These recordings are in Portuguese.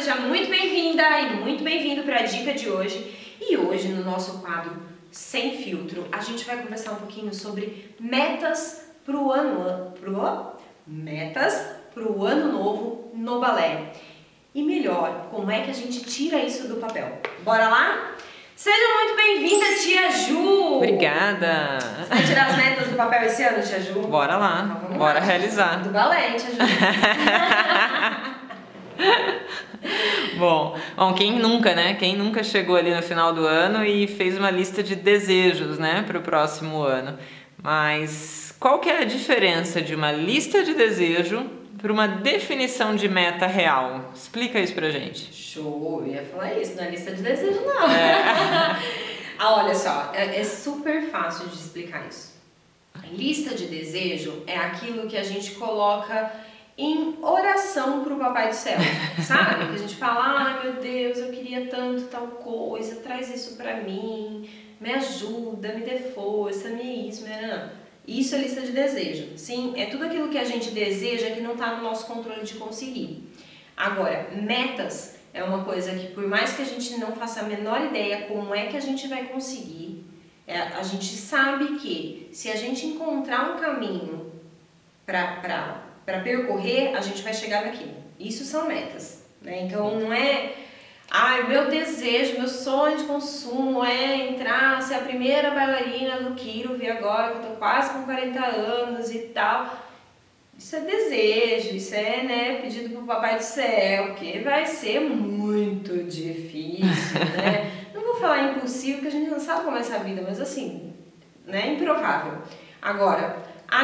seja muito bem-vinda e muito bem-vindo para a dica de hoje. E hoje, no nosso quadro Sem Filtro, a gente vai conversar um pouquinho sobre metas para o ano novo no balé. E melhor, como é que a gente tira isso do papel? Bora lá? Seja muito bem-vinda, tia Ju! Obrigada! Você vai tirar as metas do papel esse ano, tia Ju? Bora lá, então, vamos bora lá. realizar. Do balé, tia Ju. Bom, quem nunca, né? Quem nunca chegou ali no final do ano e fez uma lista de desejos, né, para o próximo ano. Mas qual que é a diferença de uma lista de desejo para uma definição de meta real? Explica isso pra gente. Show, eu ia falar isso, não é lista de desejo não. Olha só, é super fácil de explicar isso. A lista de desejo é aquilo que a gente coloca em oração pro Papai do Céu, sabe? Que a gente fala, ai meu Deus, eu queria tanto tal coisa, traz isso pra mim, me ajuda, me dê força, me isso, não. Isso é lista de desejo. Sim, é tudo aquilo que a gente deseja que não está no nosso controle de conseguir. Agora, metas é uma coisa que por mais que a gente não faça a menor ideia como é que a gente vai conseguir, a gente sabe que se a gente encontrar um caminho para percorrer, a gente vai chegar naquilo. Isso são metas, né? Então não é... Ai, meu desejo, meu sonho de consumo é entrar, ser a primeira bailarina do Kirov agora, que eu tô quase com 40 anos e tal. Isso é desejo, isso é, né, pedido pro Papai do Céu, que vai ser muito difícil, né? Não vou falar impossível, porque a gente não sabe como é essa vida, mas assim, né, improvável. Agora,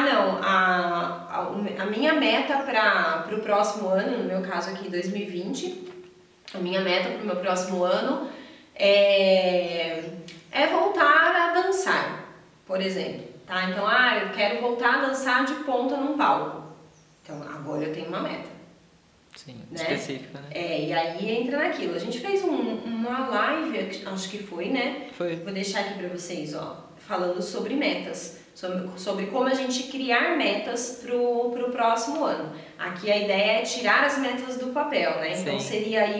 a minha meta para o próximo ano, no meu caso aqui 2020, a minha meta para o meu próximo ano é voltar a dançar, por exemplo, tá? Então, eu quero voltar a dançar de ponta num palco. Então, agora eu tenho uma meta. Sim, né? específica, né? E aí entra naquilo. A gente fez uma live, acho que foi, né? Foi. Vou deixar aqui pra vocês, ó, falando sobre metas. Sobre como a gente criar metas pro próximo ano. Aqui a ideia é tirar as metas do papel, né? Então seria aí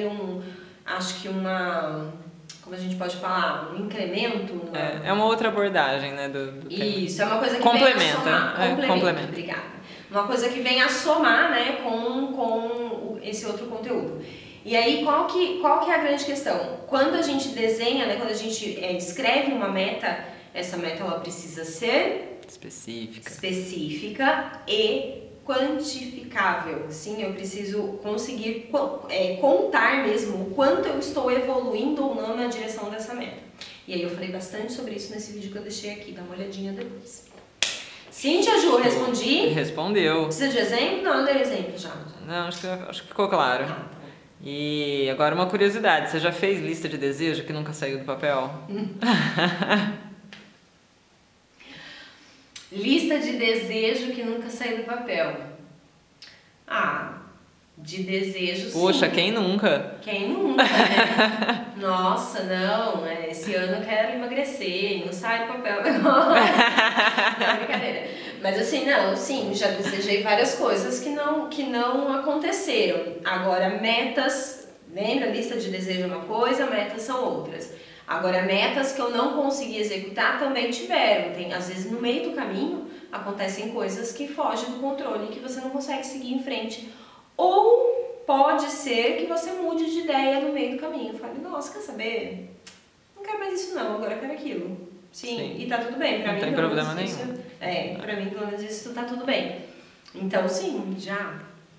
como a gente pode falar, um incremento. É uma outra abordagem, né? Do Isso, é uma coisa que complementa. vem a somar. Complementa. Obrigada. Uma coisa que vem a somar, né, com esse outro conteúdo. E aí, qual que é a grande questão? Quando a gente desenha, né, quando a gente escreve uma meta, essa meta ela precisa ser específica e quantificável. Sim, eu preciso conseguir contar mesmo o quanto eu estou evoluindo ou não na direção dessa meta. E aí eu falei bastante sobre isso nesse vídeo que eu deixei aqui, dá uma olhadinha depois. Tia Ju, respondi? Respondeu. Precisa de exemplo? Não, eu dei exemplo já. Não, acho que ficou claro. E agora uma curiosidade, você já fez lista de desejo que nunca saiu do papel? Lista de desejo que nunca saiu do papel. De desejo, sim. Poxa, quem nunca? Quem nunca, né? Nossa, não, esse ano eu quero emagrecer, não sai do papel. Não, brincadeira. Mas assim, já desejei várias coisas que não aconteceram. Agora, metas, lembra? Lista de desejo é uma coisa, metas são outras. Agora, metas que eu não consegui executar também tiveram. Às vezes, no meio do caminho, acontecem coisas que fogem do controle, que você não consegue seguir em frente. Ou pode ser que você mude de ideia no meio do caminho. Fale, nossa, quer saber? Não quero mais isso não, agora eu quero aquilo. Sim. E tá tudo bem. Pra mim, não tem problema nenhum. Pra mim, pelo menos, isso tá tudo bem. Então, sim, já.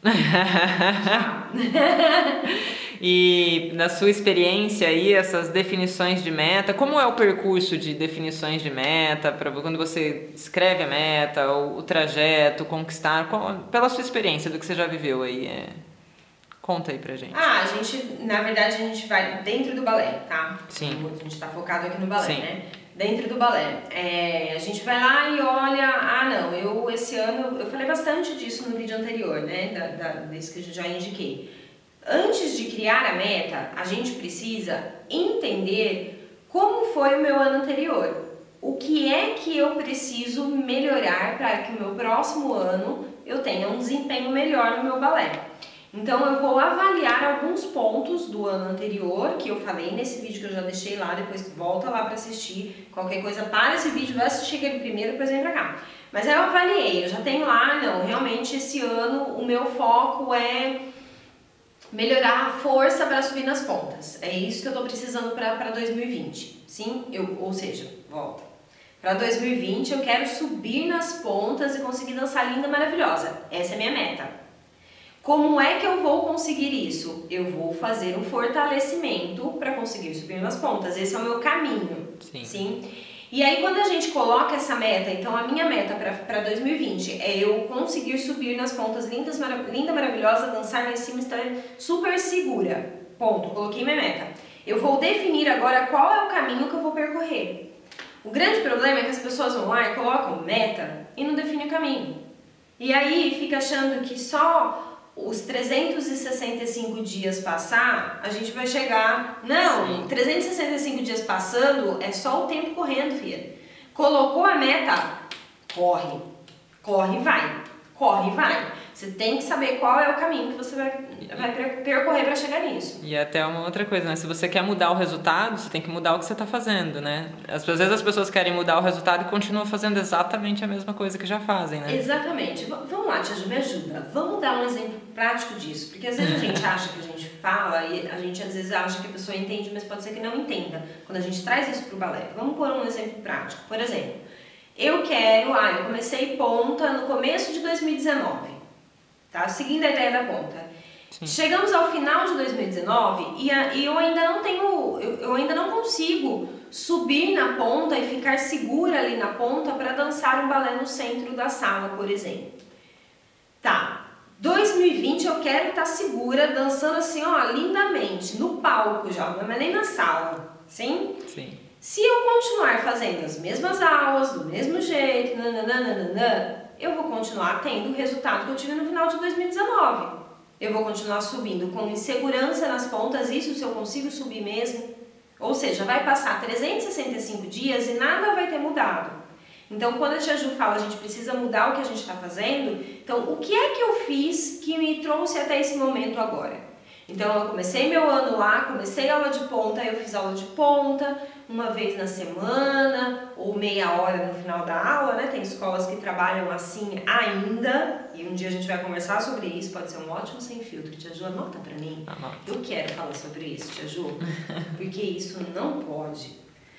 E na sua experiência aí, essas definições de meta, como é o percurso de definições de meta, para quando você escreve a meta, o trajeto, conquistar, pela sua experiência, do que você já viveu aí, conta aí pra gente. Na verdade, a gente vai dentro do balé, tá? Sim. A gente tá focado aqui no balé, Sim. né? Dentro do balé. A gente vai lá e olha, esse ano, eu falei bastante disso no vídeo anterior, né? Desse que eu já indiquei. Antes de criar a meta, a gente precisa entender como foi o meu ano anterior. O que é que eu preciso melhorar para que o meu próximo ano eu tenha um desempenho melhor no meu balé. Então eu vou avaliar alguns pontos do ano anterior, que eu falei nesse vídeo que eu já deixei lá, depois volta lá para assistir. Qualquer coisa, para esse vídeo, vai assistir aquele primeiro, depois vem pra cá. Mas aí eu avaliei, eu já tenho lá, não, realmente esse ano o meu foco é melhorar a força para subir nas pontas. É isso que eu tô precisando para 2020. Sim, ou seja, volta. Para 2020 eu quero subir nas pontas e conseguir dançar linda, maravilhosa. Essa é a minha meta. Como é que eu vou conseguir isso? Eu vou fazer um fortalecimento para conseguir subir nas pontas. Esse é o meu caminho. Sim? E aí quando a gente coloca essa meta, então a minha meta para 2020 é eu conseguir subir nas pontas linda, maravilhosa, dançar lá em cima, estar super segura. Ponto, coloquei minha meta. Eu vou definir agora qual é o caminho que eu vou percorrer. O grande problema é que as pessoas vão lá e colocam meta e não definem o caminho. E aí fica achando que só os 365 dias passar, a gente vai chegar... Não, sim. 365 dias passando é só o tempo correndo, filha. Colocou a meta, corre. Corre e vai. Corre e vai. Você tem que saber qual é o caminho que você vai percorrer para chegar nisso. E até uma outra coisa, né? Se você quer mudar o resultado, você tem que mudar o que você está fazendo, né? Às vezes as pessoas querem mudar o resultado e continuam fazendo exatamente a mesma coisa que já fazem, né? Exatamente. Vamos lá, Tia Ju, me ajuda. Vamos dar um exemplo prático disso. Porque às vezes a gente acha que a gente fala e a gente às vezes acha que a pessoa entende, mas pode ser que não entenda. Quando a gente traz isso para o balé. Vamos pôr um exemplo prático. Por exemplo, eu comecei ponta no começo de 2019. Tá? Seguindo a ideia da ponta. Sim. Chegamos ao final de 2019 e eu ainda não consigo subir na ponta e ficar segura ali na ponta para dançar um balé no centro da sala, por exemplo. Tá, 2020 eu quero estar segura, dançando assim, ó, lindamente, no palco já, não é nem na sala, sim? Sim. Se eu continuar fazendo as mesmas aulas, do mesmo jeito, eu vou continuar tendo o resultado que eu tive no final de 2019. Eu vou continuar subindo com insegurança nas pontas, isso se eu consigo subir mesmo. Ou seja, vai passar 365 dias e nada vai ter mudado. Então, quando a Tia Ju fala, a gente precisa mudar o que a gente está fazendo, então, o que é que eu fiz que me trouxe até esse momento agora? Então, eu comecei meu ano lá, comecei aula de ponta, eu fiz aula de ponta uma vez na semana, ou meia hora no final da aula, né? Tem escolas que trabalham assim ainda, e um dia a gente vai conversar sobre isso, pode ser um ótimo sem filtro. Tia Ju, anota pra mim. Anota. Eu quero falar sobre isso, Tia Ju, porque isso não pode.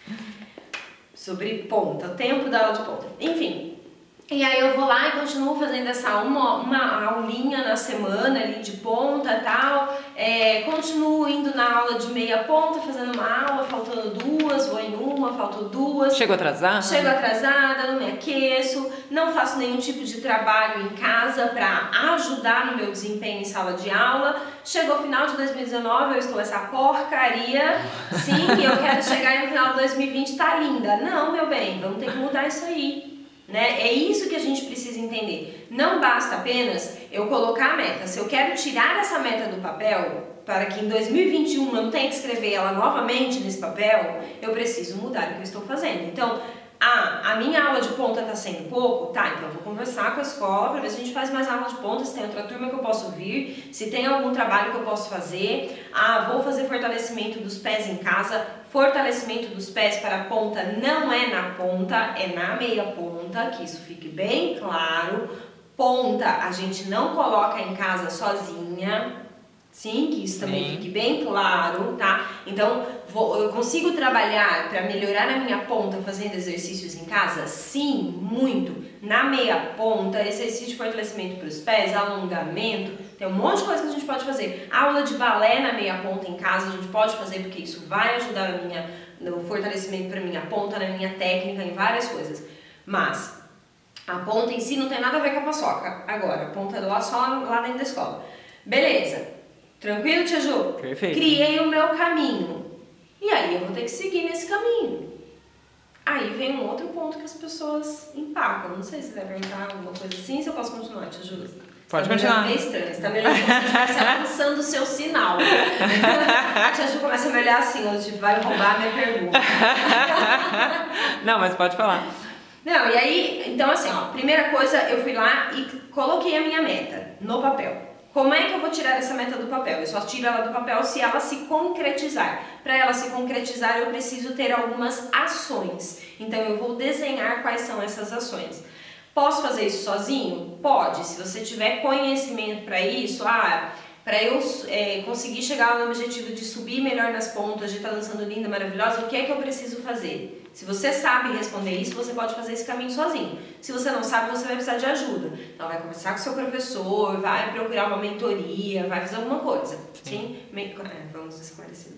Sobre ponta, o tempo da aula de ponta. Enfim. E aí eu vou lá e continuo fazendo essa uma aulinha na semana ali de ponta e tal, continuo indo na aula de meia ponta, fazendo uma aula, faltando duas, vou em uma, faltam duas. Chego atrasada? Chego atrasada, não me aqueço, não faço nenhum tipo de trabalho em casa para ajudar no meu desempenho em sala de aula. Chegou o final de 2019, eu estou essa porcaria, sim, e eu quero chegar no final de 2020 tá linda. Não, meu bem, vamos ter que mudar isso aí. Né? É isso que a gente precisa entender. Não basta apenas eu colocar a meta. Se eu quero tirar essa meta do papel, para que em 2021 eu não tenha que escrever ela novamente nesse papel, eu preciso mudar o que eu estou fazendo. Então, a minha aula de ponta está sendo pouco? Tá, então eu vou conversar com a escola para ver se a gente faz mais aula de ponta, se tem outra turma que eu posso vir, se tem algum trabalho que eu posso fazer. Vou fazer fortalecimento dos pés em casa. Fortalecimento dos pés para a ponta não é na ponta, é na meia ponta, que isso fique bem claro. Ponta a gente não coloca em casa sozinha, sim, que isso também fique bem claro, tá? Então, eu consigo trabalhar para melhorar a minha ponta fazendo exercícios em casa? Sim, muito. Na meia ponta, exercício de fortalecimento para os pés, alongamento, tem um monte de coisa que a gente pode fazer. Aula de balé na meia ponta em casa a gente pode fazer porque isso vai ajudar no fortalecimento para a minha ponta, na minha técnica, em várias coisas. Mas a ponta em si não tem nada a ver com a paçoca. Agora, a ponta é só lá dentro da escola. Beleza. Tranquilo, Tia Ju? Perfeito. Criei o meu caminho. E aí eu vou ter que seguir nesse caminho. Aí vem um outro ponto que as pessoas empacam. Não sei se você vai perguntar alguma coisa assim, se eu posso continuar, Tia Ju. Pode continuar. É meio estranho, você tá me olhando como se estivesse avançando o seu sinal. A Tia Ju começa a me olhar assim, onde vai roubar a minha pergunta. Não, mas pode falar. Não, e aí, então assim, ó, primeira coisa, eu fui lá e coloquei a minha meta no papel. Como é que eu vou tirar essa meta do papel? Eu só tiro ela do papel se ela se concretizar. Para ela se concretizar, eu preciso ter algumas ações. Então, eu vou desenhar quais são essas ações. Posso fazer isso sozinho? Pode. Se você tiver conhecimento para isso, para eu conseguir chegar no objetivo de subir melhor nas pontas, de estar dançando linda, maravilhosa, o que é que eu preciso fazer? Se você sabe responder isso, você pode fazer esse caminho sozinho. Se você não sabe, você vai precisar de ajuda. Então, vai conversar com o seu professor, vai procurar uma mentoria, vai fazer alguma coisa. Sim? Vamos esclarecer.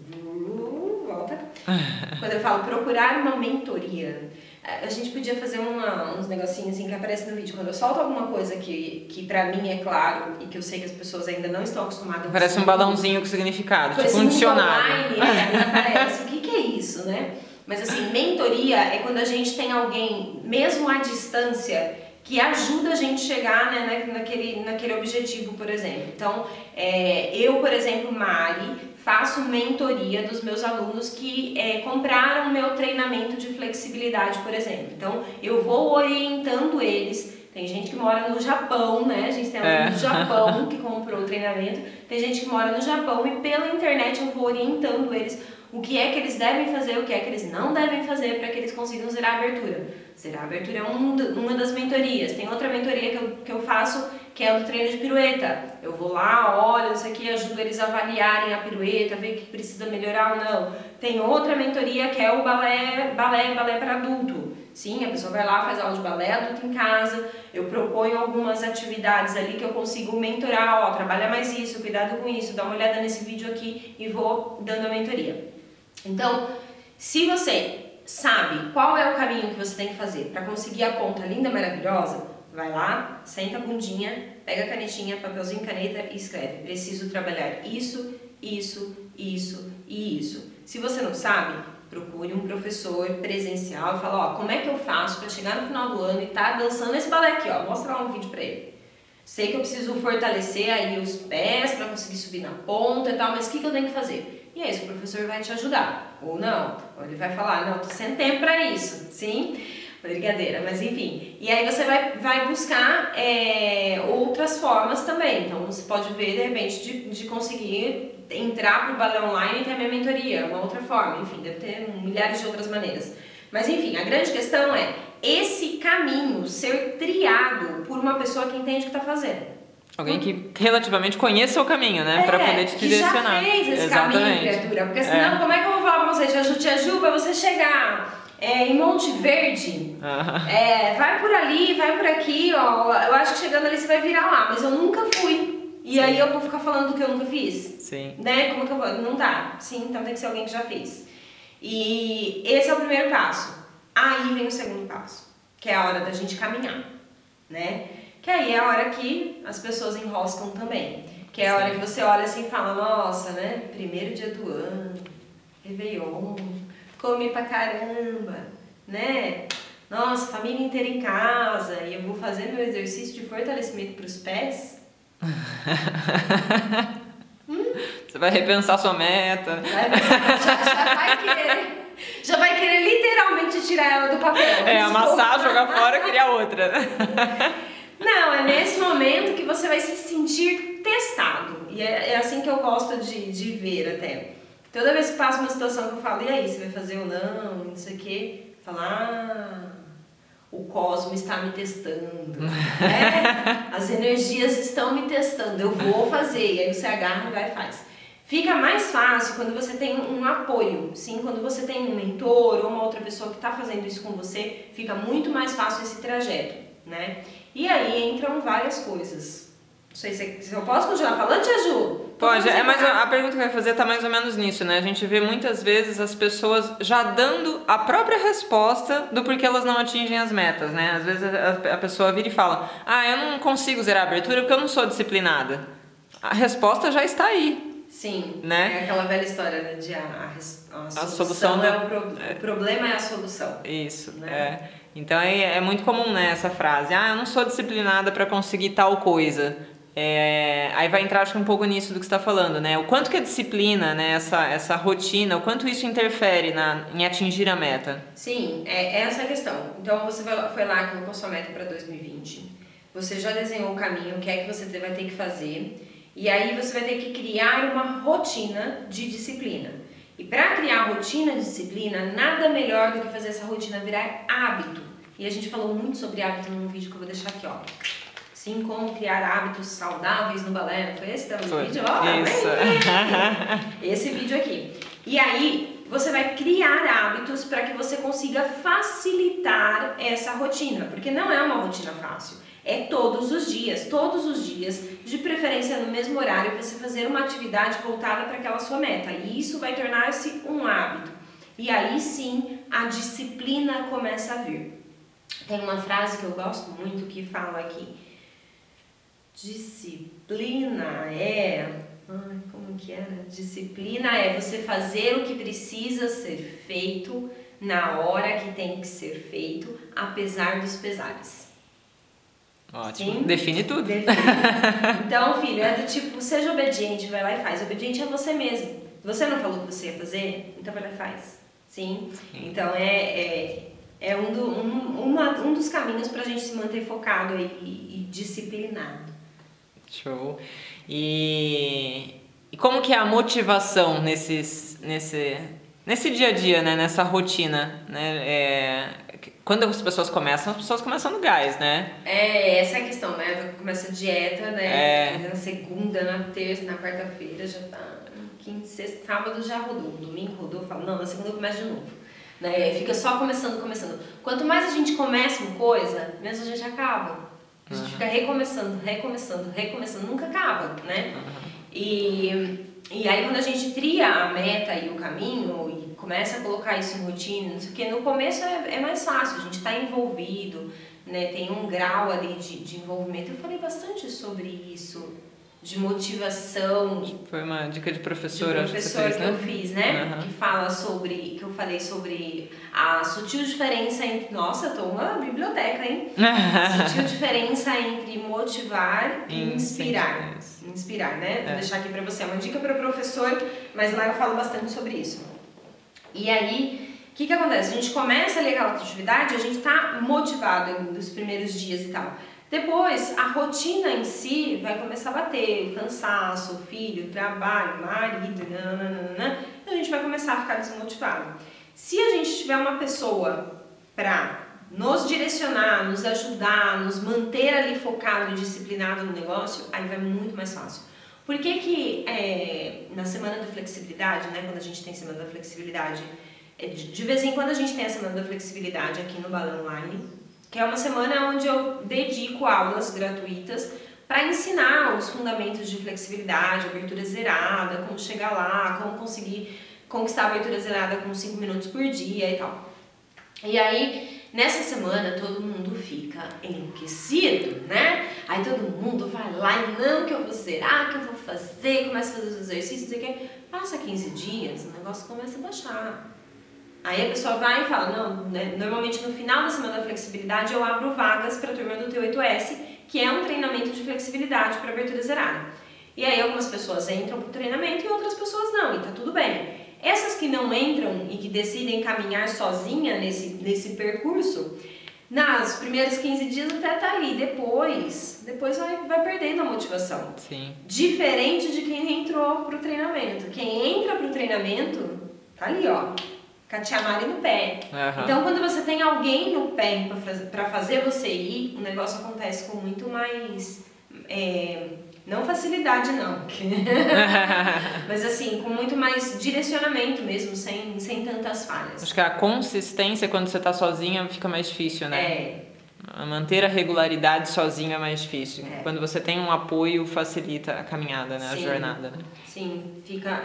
Volta. Quando eu falo procurar uma mentoria, a gente podia fazer uns negocinhos assim que aparecem no vídeo. Quando eu solto alguma coisa que pra mim é claro e que eu sei que as pessoas ainda não estão acostumadas. Parece um balãozinho com significado, tipo um dicionário. Online, aparece. O que é isso, né? Mas assim, mentoria é quando a gente tem alguém, mesmo à distância, que ajuda a gente a chegar, né, naquele objetivo, por exemplo. Então, eu, por exemplo, Mari, faço mentoria dos meus alunos que compraram meu treinamento de flexibilidade, por exemplo. Então, eu vou orientando eles. Tem gente que mora no Japão, né? A gente tem aluno do Japão que comprou o treinamento. Tem gente que mora no Japão e pela internet eu vou orientando eles o que é que eles devem fazer, o que é que eles não devem fazer para que eles consigam zerar a abertura. Zerar a abertura é uma das mentorias. Tem outra mentoria que eu faço, que é o do treino de pirueta. Eu vou lá, olho isso aqui, ajudo eles a avaliarem a pirueta, ver o que precisa melhorar ou não. Tem outra mentoria que é o balé para adulto. Sim, a pessoa vai lá, faz aula de balé adulto em casa. Eu proponho algumas atividades ali que eu consigo mentorar. Trabalha mais isso, cuidado com isso, dá uma olhada nesse vídeo aqui e vou dando a mentoria. Então, se você sabe qual é o caminho que você tem que fazer para conseguir a ponta linda, maravilhosa, vai lá, senta a bundinha, pega a canetinha, papelzinho, caneta e escreve. Preciso trabalhar isso, isso, isso e isso. Se você não sabe, procure um professor presencial e fala, como é que eu faço para chegar no final do ano e tá dançando esse balé aqui, mostra lá um vídeo para ele. Sei que eu preciso fortalecer aí os pés para conseguir subir na ponta e tal, mas o que eu tenho que fazer? E aí, o professor vai te ajudar, ou não. Ou ele vai falar, não, tô sem tempo para isso, sim? Brincadeira, mas enfim. E aí você vai buscar outras formas também. Então, você pode ver, de repente, de conseguir entrar pro balé online e ter a minha mentoria, uma outra forma. Enfim, deve ter milhares de outras maneiras. Mas enfim, a grande questão é esse caminho ser triado por uma pessoa que entende o que está fazendo. Alguém que relativamente conheça o caminho, né? Para poder te direcionar. Que já fez esse caminho, criatura. Porque senão, como é que eu vou falar pra você? Te ajudo pra você chegar em Monte Verde. Vai por ali, vai por aqui, ó. Eu acho que chegando ali você vai virar lá, mas eu nunca fui. E aí eu vou ficar falando do que eu nunca fiz? Sim. Né? Como que eu vou? Não dá. Sim, então tem que ser alguém que já fez. E esse é o primeiro passo. Aí vem o segundo passo, que é a hora da gente caminhar, né? Que aí é a hora que as pessoas enroscam também. Que é a hora que você olha assim e fala, nossa, né? Primeiro dia do ano, Réveillon, comi pra caramba, né? Nossa, família inteira em casa, e eu vou fazer meu exercício de fortalecimento pros pés. Você vai repensar sua meta. Já vai querer literalmente tirar ela do papel. Amassar, jogar fora e criar outra. Não, é nesse momento que você vai se sentir testado. E é assim que eu gosto de ver até. Toda vez que passa uma situação que eu falo, e aí, você vai fazer ou não, não sei o quê, falar, o cosmo está me testando, né? As energias estão me testando, eu vou fazer. E aí você agarra, vai e faz. Fica mais fácil quando você tem um apoio, sim? Quando você tem um mentor ou uma outra pessoa que está fazendo isso com você, fica muito mais fácil esse trajeto, né? E aí entram várias coisas. Não sei se eu posso continuar falando, Tia Ju? Pode, mas a pergunta que eu ia fazer tá mais ou menos nisso, né? A gente vê muitas vezes as pessoas já dando a própria resposta do porquê elas não atingem as metas, né? Às vezes a pessoa vira e fala, eu não consigo zerar a abertura porque eu não sou disciplinada. A resposta já está aí. Sim, né? É aquela velha história, né, de a solução é o problema é a solução. Isso, né? Então é muito comum, né, essa frase, eu não sou disciplinada para conseguir tal coisa. Aí vai entrar, acho que um pouco nisso do que você está falando, né? O quanto que a disciplina, né, essa rotina, o quanto isso interfere em atingir a meta. Sim, é essa a questão. Então você foi lá, colocou sua meta para 2020, você já desenhou o caminho, o que é que você vai ter que fazer. E aí você vai ter que criar uma rotina de disciplina. E para criar rotina de disciplina, nada melhor do que fazer essa rotina virar hábito. E a gente falou muito sobre hábito num vídeo que eu vou deixar aqui, ó. Sim, como criar hábitos saudáveis no balé. Foi esse o vídeo? Ó, isso. Esse vídeo aqui. E aí, você vai criar hábitos para que você consiga facilitar essa rotina. Porque não é uma rotina fácil. É todos os dias, de preferência no mesmo horário, você fazer uma atividade voltada para aquela sua meta. E isso vai tornar-se um hábito. E aí sim, a disciplina começa a vir. Tem uma frase que eu gosto muito que fala aqui: disciplina é... como que era? Disciplina é você fazer o que precisa ser feito na hora que tem que ser feito, apesar dos pesares. Ótimo. Sim? Define tudo. Define. Então, filho, é do tipo, seja obediente, vai lá e faz. Obediente é você mesmo. Você não falou que você ia fazer? Então vai lá e faz. Sim? Então é um dos caminhos pra gente se manter focado e disciplinado. Show. E como que é a motivação nesse dia a dia, né? Nessa rotina, né? Quando as pessoas começam no gás, né? Essa é a questão, né? Começa a dieta, né? Na segunda, na terça, na quarta-feira já tá. Quinta, sexta, sábado já rodou. Domingo rodou, fala, não, na segunda começa de novo. Né? Fica só começando. Quanto mais a gente começa uma coisa, menos a gente acaba. A gente fica recomeçando, nunca acaba, né? E aí quando a gente tria a meta e o caminho e começa a colocar isso em rotina, não sei o que, no começo é mais fácil, a gente tá envolvido, né? Tem um grau ali de envolvimento. Eu falei bastante sobre isso, de motivação. Foi uma dica de professora, que eu fiz, né? Que fala sobre, que eu falei sobre a sutil diferença entre... Nossa, eu tô uma biblioteca, hein? Sutil diferença entre motivar e inspirar. Inspirar, né? Vou deixar aqui pra você. É uma dica para o professor, mas lá eu falo bastante sobre isso. E aí, o que acontece? A gente começa a ler aquela atividade, a gente tá motivado nos primeiros dias e tal. Depois, a rotina em si vai começar a bater, o cansaço, o filho, o trabalho, o marido, e a gente vai começar a ficar desmotivado. Se a gente tiver uma pessoa para nos direcionar, nos ajudar, nos manter ali focado e disciplinado no negócio, aí vai muito mais fácil. Por que na semana da flexibilidade, né, quando a gente tem semana da flexibilidade, de vez em quando a gente tem a semana da flexibilidade aqui no Balé Online, que é uma semana onde eu dedico aulas gratuitas para ensinar os fundamentos de flexibilidade, abertura zerada, como chegar lá, como conseguir conquistar a abertura zerada com 5 minutos por dia e tal. E aí, nessa semana, todo mundo fica enlouquecido, né? Aí todo mundo vai lá e não, que eu vou zerar, que eu vou fazer, começa a fazer os exercícios, não sei o quê. Passa 15 dias, o negócio começa a baixar. Aí a pessoa vai e fala, não, né? Normalmente no final da semana da flexibilidade eu abro vagas para a turma do T8S, que é um treinamento de flexibilidade para abertura zerada. E aí algumas pessoas entram pro treinamento e outras pessoas não, e tá tudo bem. Essas que não entram e que decidem caminhar sozinha nesse percurso, nos primeiros 15 dias até tá ali, depois vai perdendo a motivação. Sim. Diferente de quem entrou pro treinamento. Quem entra pro treinamento, tá ali, ó. Catiamari no pé. Então, quando você tem alguém no pé para fazer você ir, o negócio acontece com muito mais... não facilidade, não. Mas assim, com muito mais direcionamento mesmo, sem tantas falhas. Acho que a consistência, quando você tá sozinha, fica mais difícil, né? Manter a regularidade sozinha é mais difícil. Quando você tem um apoio, facilita a caminhada, né? Sim. A jornada. Né? Sim,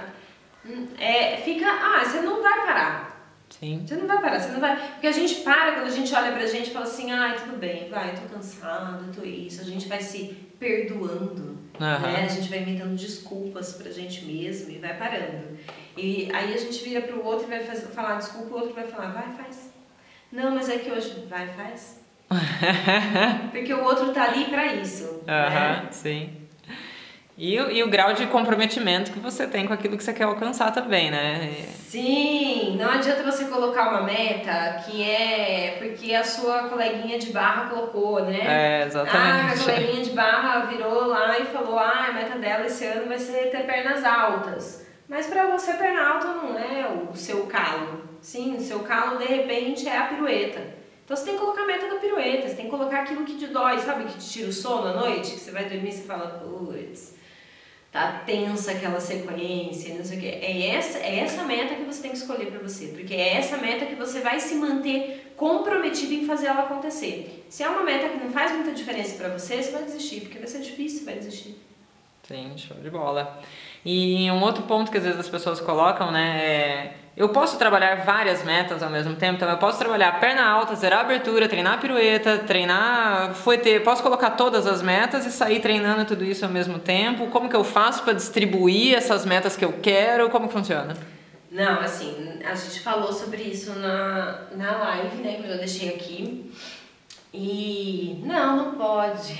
você não vai parar. Sim. Você não vai parar, porque a gente para quando a gente olha pra gente e fala assim, tudo bem, eu tô cansado, eu tô isso, a gente vai se perdoando, né? A gente vai inventando desculpas pra gente mesmo e vai parando. E aí a gente vira pro outro e vai falar desculpa, o outro vai falar, vai, faz. Não, mas é que hoje, vai, faz. Porque o outro tá ali pra isso, né? Sim. E o grau de comprometimento que você tem com aquilo que você quer alcançar também, né? Sim, não adianta você colocar uma meta que é porque a sua coleguinha de barra colocou, né? Exatamente. A coleguinha de barra virou lá e falou, a meta dela esse ano vai ser ter pernas altas. Mas pra você, perna alta não é o seu calo. Sim, o seu calo, de repente, é a pirueta. Então você tem que colocar a meta da pirueta, você tem que colocar aquilo que te dói, sabe? Que te tira o sono à noite, que você vai dormir e você fala, putz, tá tensa aquela sequência, não sei o quê. É essa meta que você tem que escolher pra você, porque é essa meta que você vai se manter comprometido em fazer ela acontecer. Se é uma meta que não faz muita diferença pra você, você vai desistir, porque vai ser difícil, você vai desistir. Sim, show de bola. E um outro ponto que às vezes as pessoas colocam, né, eu posso trabalhar várias metas ao mesmo tempo, então eu posso trabalhar perna alta, zerar a abertura, treinar a pirueta, treinar fouetê, posso colocar todas as metas e sair treinando tudo isso ao mesmo tempo? Como que eu faço para distribuir essas metas que eu quero? Como que funciona? Não, assim, a gente falou sobre isso na live, né, que eu já deixei aqui. E não pode.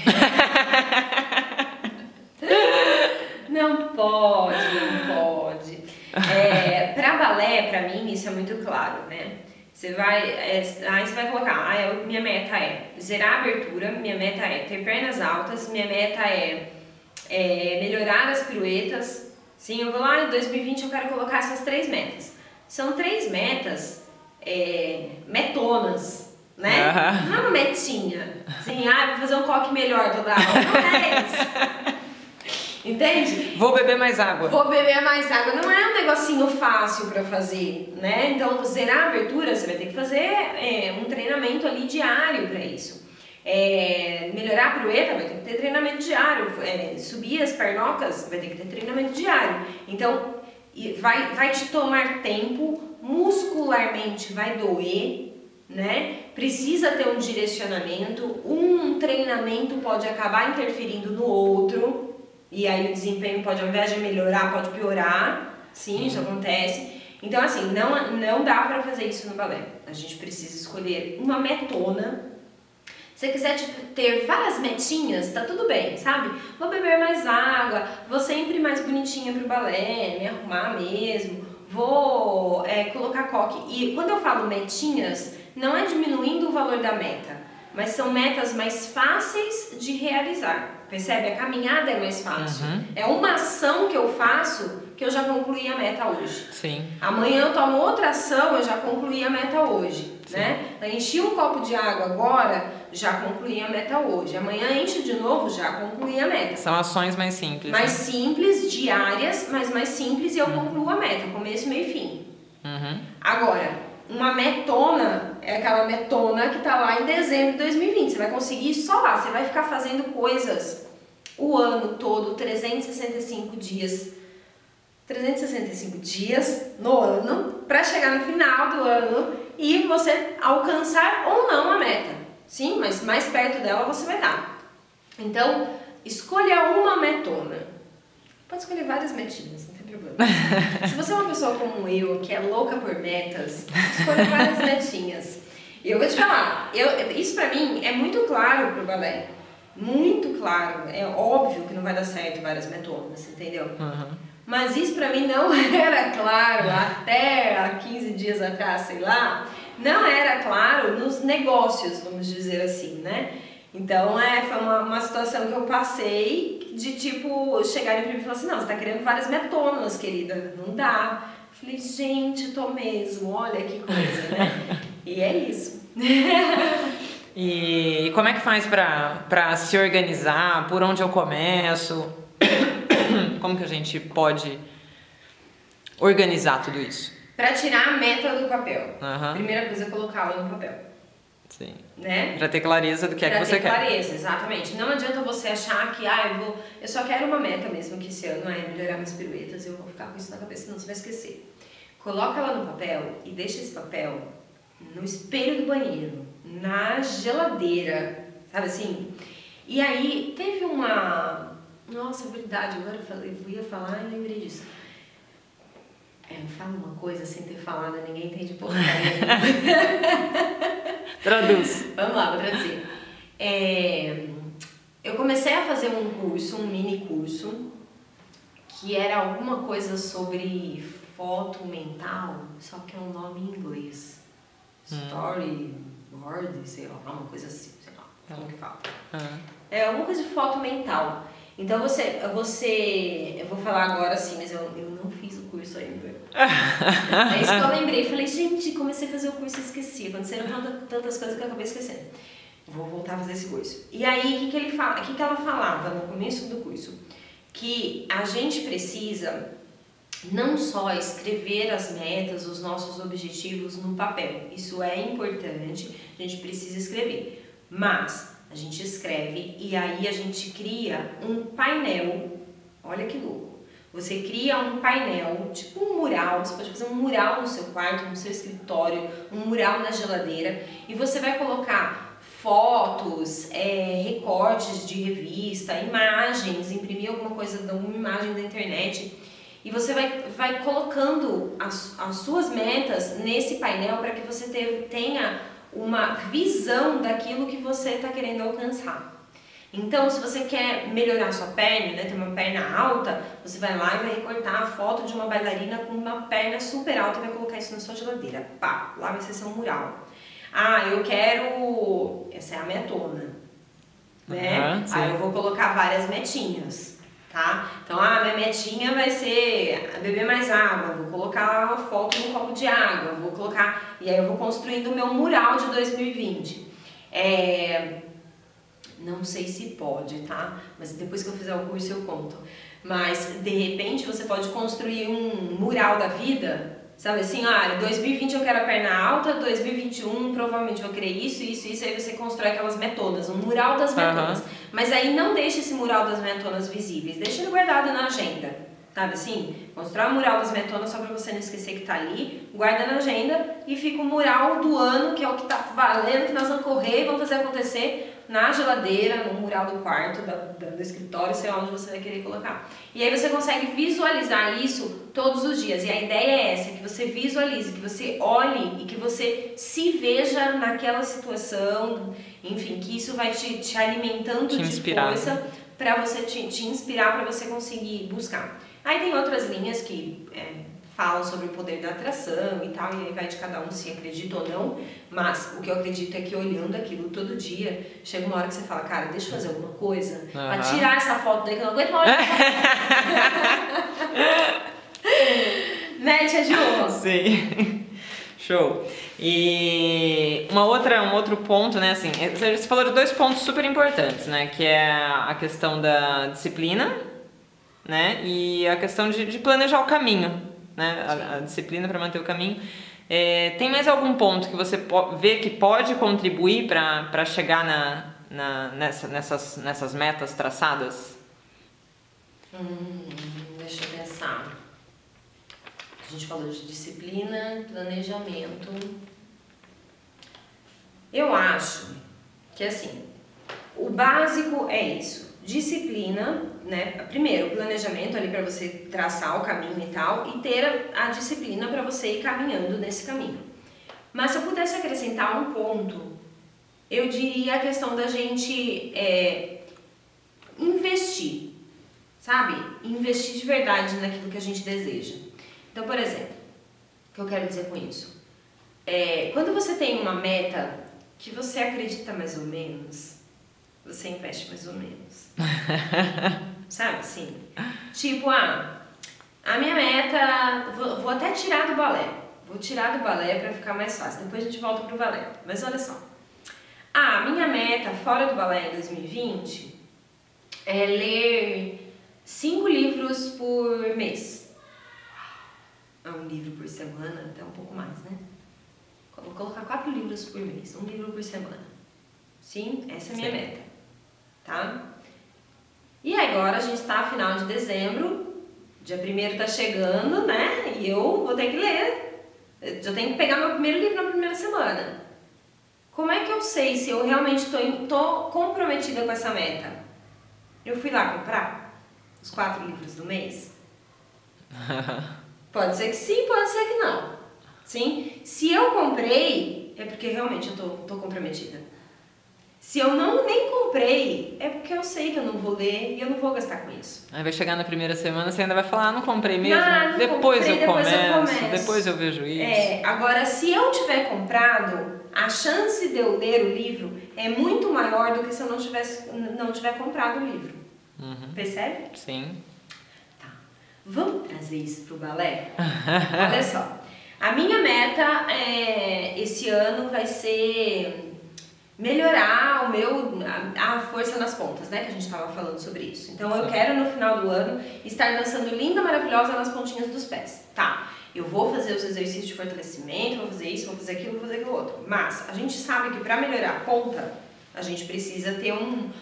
Não pode. Pra balé, pra mim, isso é muito claro, né? Aí você vai colocar, minha meta é zerar a abertura, minha meta é ter pernas altas, minha meta é melhorar as piruetas. Sim, eu vou lá em 2020 eu quero colocar essas 3 metas. São 3 metas metonas, né? Uhum. Não é uma metinha. Assim, vou fazer um coque melhor toda aula. Não é isso. Entende? Vou beber mais água. Vou beber mais água. Não é um negocinho fácil pra fazer, né? Então, zerar a abertura, você vai ter que fazer um treinamento ali diário pra isso. Melhorar a pirueta, vai ter que ter treinamento diário. Subir as pernocas, vai ter que ter treinamento diário. Então, vai te tomar tempo, muscularmente vai doer, né? Precisa ter um direcionamento. Um treinamento pode acabar interferindo no outro. E aí o desempenho pode, ao invés de melhorar, pode piorar. Sim, isso acontece. Então, assim, não dá pra fazer isso no balé. A gente precisa escolher uma metona. Se você quiser ter várias metinhas, tá tudo bem, sabe? Vou beber mais água, vou sempre mais bonitinha pro balé, me arrumar mesmo, vou colocar coque. E quando eu falo metinhas, não é diminuindo o valor da meta, mas são metas mais fáceis de realizar. Percebe? A caminhada é mais fácil. Uhum. É uma ação que eu faço que eu já concluí a meta hoje. Sim. Amanhã eu tomo outra ação, eu já concluí a meta hoje. Né? Eu enchi um copo de água agora, já concluí a meta hoje. Amanhã enche de novo, já concluí a meta. São ações mais simples. Mais simples, diárias, mas mais simples e eu concluo a meta, começo, meio e fim. Uhum. Agora, uma metona é aquela metona que tá lá em dezembro de 2020. Você vai conseguir só lá, você vai ficar fazendo coisas o ano todo, 365 dias. 365 dias no ano, para chegar no final do ano e você alcançar ou não a meta. Sim, mas mais perto dela você vai estar. Então, escolha uma metona. Pode escolher várias metinhas, não tem problema. Se você é uma pessoa como eu, que é louca por metas, escolha várias metinhas. E eu vou te falar, isso pra mim é muito claro pro balé. Muito claro. É óbvio que não vai dar certo várias metonas, entendeu? Uhum. Mas isso pra mim não era claro até há 15 dias atrás, sei lá. Não era claro nos negócios, vamos dizer assim, né? Então, foi uma situação que eu passei de, tipo, chegarem pra mim e falar assim, não, você tá querendo várias metonas, querida. Não dá. Eu falei, gente, tô mesmo, olha que coisa, né? E é isso. E como é que faz pra se organizar? Por onde eu começo? Como que a gente pode organizar tudo isso? Pra tirar a meta do papel. Uhum. Primeira coisa é colocá-la no papel. Sim. Né? Pra ter clareza do que é que você quer. Pra ter clareza, exatamente. Não adianta você achar que, eu só quero uma meta mesmo, que esse ano é melhorar minhas piruetas, eu vou ficar com isso na cabeça, senão você vai esquecer. Coloca ela no papel e deixa esse papel no espelho do banheiro, na geladeira, sabe assim? E aí, teve uma... Nossa, é verdade, agora eu ia falar e lembrei disso. Fala uma coisa sem ter falado, ninguém entende porcaria. Traduz. Vamos lá, vou traduzir. Eu comecei a fazer um curso, um mini curso, que era alguma coisa sobre foto mental, só que é um nome em inglês. Storyboard, sei lá, uma coisa assim, sei lá, como que fala. É alguma coisa de foto mental. Então eu vou falar agora assim, mas eu não fiz o curso ainda. É isso que eu lembrei, falei, gente, comecei a fazer o curso e esqueci, aconteceram tantas coisas que eu acabei esquecendo. Vou voltar a fazer esse curso. E aí, o que ela falava no começo do curso? Que a gente precisa não só escrever as metas, os nossos objetivos no papel. Isso é importante, a gente precisa escrever. Mas a gente escreve e aí a gente cria um painel. Olha que louco. Você cria um painel, tipo um mural, você pode fazer um mural no seu quarto, no seu escritório, um mural na geladeira e você vai colocar fotos, recortes de revista, imagens, imprimir alguma coisa, uma imagem da internet e você vai colocando as suas metas nesse painel para que você tenha uma visão daquilo que você está querendo alcançar. Então, se você quer melhorar a sua perna, né, ter uma perna alta, você vai lá e vai recortar a foto de uma bailarina com uma perna super alta e vai colocar isso na sua geladeira. Pá, lá vai ser seu mural. Ah, eu quero... Essa é a metona, né? Aí eu vou colocar várias metinhas, tá? Então, minha metinha vai ser beber mais água, vou colocar uma foto num copo de água, vou colocar... E aí eu vou construindo o meu mural de 2020. Não sei se pode, tá? Mas depois que eu fizer o curso eu conto. Mas, de repente, você pode construir um mural da vida, sabe assim? Em 2020 eu quero a perna alta, 2021 provavelmente vou querer isso, aí você constrói aquelas metonas, um mural das metonas. Mas aí não deixe esse mural das metonas visíveis, deixa ele guardado na agenda, sabe assim? Constrói o mural das metonas só pra você não esquecer que tá ali, guarda na agenda e fica o mural do ano, que é o que tá valendo, que nós vamos correr e vamos fazer acontecer na geladeira, no mural do quarto, do escritório, sei lá onde você vai querer colocar. E aí você consegue visualizar isso todos os dias. E a ideia é essa, que você visualize, que você olhe e que você se veja naquela situação, enfim, que isso vai te alimentando de força para você te inspirar, para você conseguir buscar. Aí tem outras linhas que falam sobre o poder da atração e tal, e aí vai de cada um se acredita ou não, mas o que eu acredito é que olhando aquilo todo dia, chega uma hora que você fala, cara, deixa eu fazer alguma coisa pra tirar essa foto daí que eu não aguento mais. Mete a de novo. Sim. Show. E um outro ponto, né, assim, você falou de 2 pontos super importantes, né, que é a questão da disciplina, né, e a questão de planejar o caminho, né, a disciplina para manter o caminho. Tem mais algum ponto que você vê que pode contribuir para chegar nessas metas traçadas? Deixa eu pensar. A gente falou de disciplina, planejamento. Eu acho que assim, o básico é isso. Disciplina, né? Primeiro, o planejamento ali para você traçar o caminho e tal, e ter a disciplina para você ir caminhando nesse caminho. Mas se eu pudesse acrescentar um ponto, eu diria a questão da gente investir, sabe? Investir de verdade naquilo que a gente deseja. Então, por exemplo, o que eu quero dizer com isso? Quando você tem uma meta que você acredita mais ou menos, você investe mais ou menos. Sabe assim? Tipo, a minha meta, vou até tirar do balé. Vou tirar do balé pra ficar mais fácil. Depois a gente volta pro balé. Mas olha só. A minha meta fora do balé em 2020 é ler 5 livros por mês. Um livro por semana, até um pouco mais, né? Vou colocar 4 livros por mês, 1 livro por semana. Sim, essa é a minha meta. Tá? E agora a gente está final de dezembro, dia 1º tá chegando, né? E eu vou ter que ler. Eu já tenho que pegar meu primeiro livro na primeira semana. Como é que eu sei se eu realmente tô comprometida com essa meta? Eu fui lá comprar os 4 livros do mês? Pode ser que sim, pode ser que não. Sim? Se eu comprei, é porque realmente eu tô comprometida. Se eu nem comprei, é porque eu sei que eu não vou ler e eu não vou gastar com isso. Aí vai chegar na primeira semana, você ainda vai falar, não comprei mesmo? Não depois comprei, eu começo, depois eu vejo isso. Agora, se eu tiver comprado, a chance de eu ler o livro é muito maior do que se eu não tiver comprado o livro. Percebe? Sim. Tá. Vamos trazer isso pro balé? Olha só. A minha meta esse ano vai ser melhorar a força nas pontas, né? Que a gente estava falando sobre isso. Então eu quero no final do ano estar dançando linda, maravilhosa nas pontinhas dos pés. Tá, eu vou fazer os exercícios de fortalecimento, vou fazer isso, vou fazer aquilo, vou fazer aquilo outro. Mas a gente sabe que para melhorar a ponta, a gente precisa ter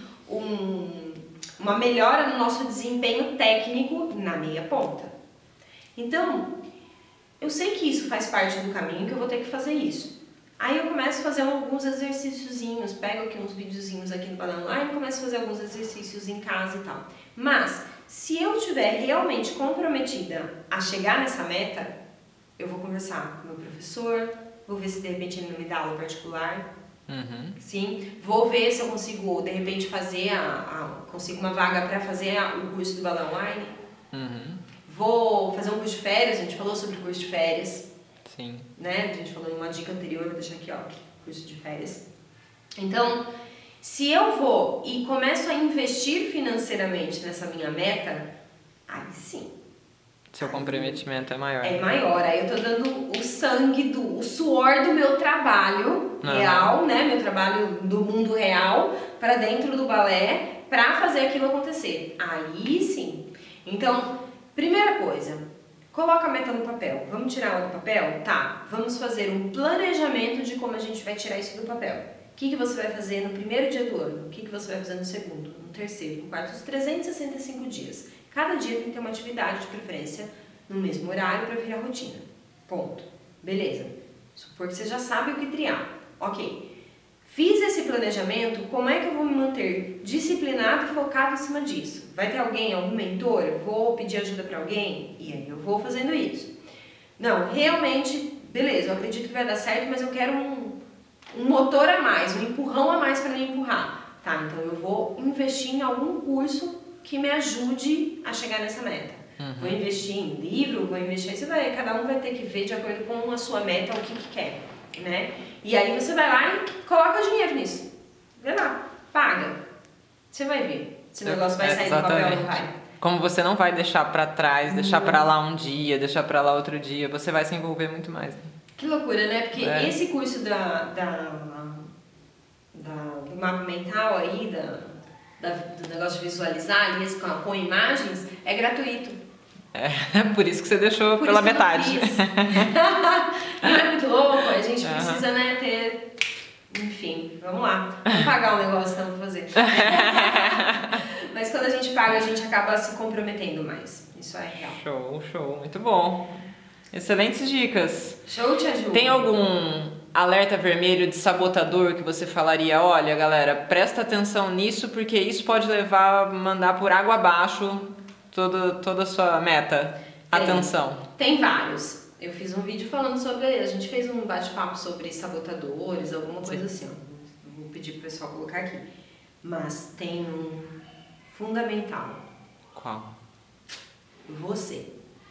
uma melhora no nosso desempenho técnico na meia ponta. Então, eu sei que isso faz parte do caminho, que eu vou ter que fazer isso. Aí eu começo a fazer alguns exercíciozinhos, pego aqui uns videozinhos aqui no Balé Online, começo a fazer alguns exercícios em casa e tal. Mas, se eu estiver realmente comprometida a chegar nessa meta, eu vou conversar com o meu professor, vou ver se de repente ele não me dá aula particular. Sim, vou ver se eu consigo de repente fazer consigo uma vaga para fazer o curso do Balé Online. Vou fazer um curso de férias, a gente falou sobre o curso de férias. Sim. Né? A gente falou em uma dica anterior, vou deixar aqui, ó, curso de férias. Então, se eu vou e começo a investir financeiramente nessa minha meta, aí sim. Seu comprometimento é maior. É maior, aí eu tô dando o sangue, o suor do meu trabalho real, né? Meu trabalho do mundo real para dentro do balé para fazer aquilo acontecer. Aí sim. Então, primeira coisa, coloca a meta no papel. Vamos tirar ela do papel? Tá. Vamos fazer um planejamento de como a gente vai tirar isso do papel. O que você vai fazer no primeiro dia do ano? O que você vai fazer no segundo, no terceiro, no quarto? Os 365 dias. Cada dia tem que ter uma atividade, de preferência, no mesmo horário para virar rotina. Ponto. Beleza. Supor que você já sabe o que triar. Ok. Fiz esse planejamento, como é que eu vou me manter disciplinado e focado em cima disso? Vai ter alguém, algum mentor? Vou pedir ajuda para alguém? E aí eu vou fazendo isso. Não, realmente, beleza, eu acredito que vai dar certo, mas eu quero um motor a mais, um empurrão a mais para me empurrar. Tá, então eu vou investir em algum curso que me ajude a chegar nessa meta. Vou investir em livro, vou investir... cada um vai ter que ver de acordo com a sua meta o que quer, né? E aí você vai lá e coloca dinheiro nisso. Vai lá, paga. Você vai ver se o negócio vai sair do papel ou não vai. Como você não vai deixar pra trás, deixar pra lá um dia, deixar pra lá outro dia, você vai se envolver muito mais. Né? Que loucura, né? Porque esse curso do mapa mental aí, do negócio de visualizar ali com imagens, é gratuito. É, por isso que você deixou pela metade. Não é muito louco, a gente precisa, né, ter... Enfim, vamos lá. Vamos pagar o negócio, então, pra fazer. Mas quando a gente paga, a gente acaba se comprometendo mais. Isso é real. Show. Muito bom. Excelentes dicas. Show, Tia Ju. Tem algum alerta vermelho de sabotador que você falaria, olha, galera, presta atenção nisso, porque isso pode mandar por água abaixo toda a sua meta? Atenção. Tem vários. Eu fiz um vídeo falando sobre... A gente fez um bate-papo sobre sabotadores, alguma coisa assim. Ó. Vou pedir pro pessoal colocar aqui. Mas tem um fundamental. Qual? Você.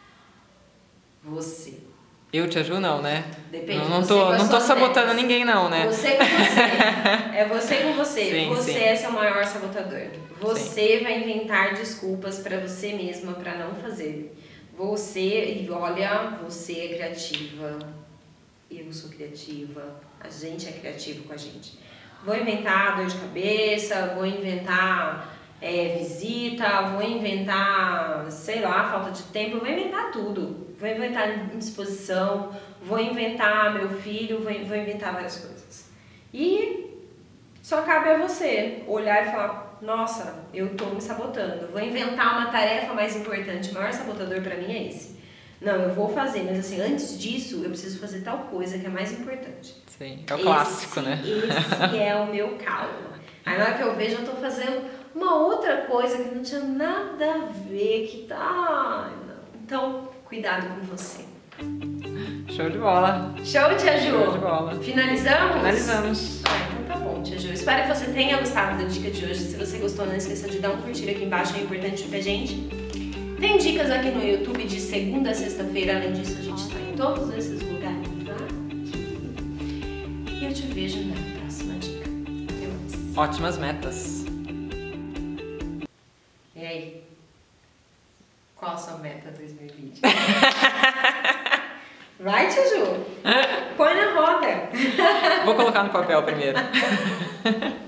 Eu te ajudo não, né? Depende. Não tô sabotando ninguém não, né? Você com você. É você com você. Sim, você é seu maior sabotador. Você vai inventar desculpas pra você mesma pra não fazer. Você é criativa. Eu sou criativa. A gente é criativo com a gente. Vou inventar dor de cabeça, vou inventar visita, vou inventar, sei lá, falta de tempo, vou inventar tudo. Vou inventar indisposição, vou inventar meu filho, vou inventar várias coisas. E só cabe a você olhar e falar, nossa, eu tô me sabotando. Vou inventar uma tarefa mais importante, o maior sabotador pra mim é esse. Não, eu vou fazer, mas assim, antes disso, eu preciso fazer tal coisa que é mais importante. Sim, é o clássico, né? Esse é o meu calo. Aí na hora que eu vejo, eu tô fazendo uma outra coisa que não tinha nada a ver, que tá... Então, cuidado com você. Show de bola. Show, Tia Ju? Show de bola. Finalizamos? Finalizamos. Então tá bom, Tia Ju. Ju. Espero que você tenha gostado da dica de hoje. Se você gostou, não esqueça de dar um curtir aqui embaixo, é importante pra gente. Tem dicas aqui no YouTube de segunda a sexta-feira. Além disso, a gente está em todos esses lugares, tá? E eu te vejo na próxima dica. Até mais. Ótimas metas. E aí? Qual a sua meta 2020? Vai, Tia Ju. Põe na roda. Vou colocar no papel primeiro.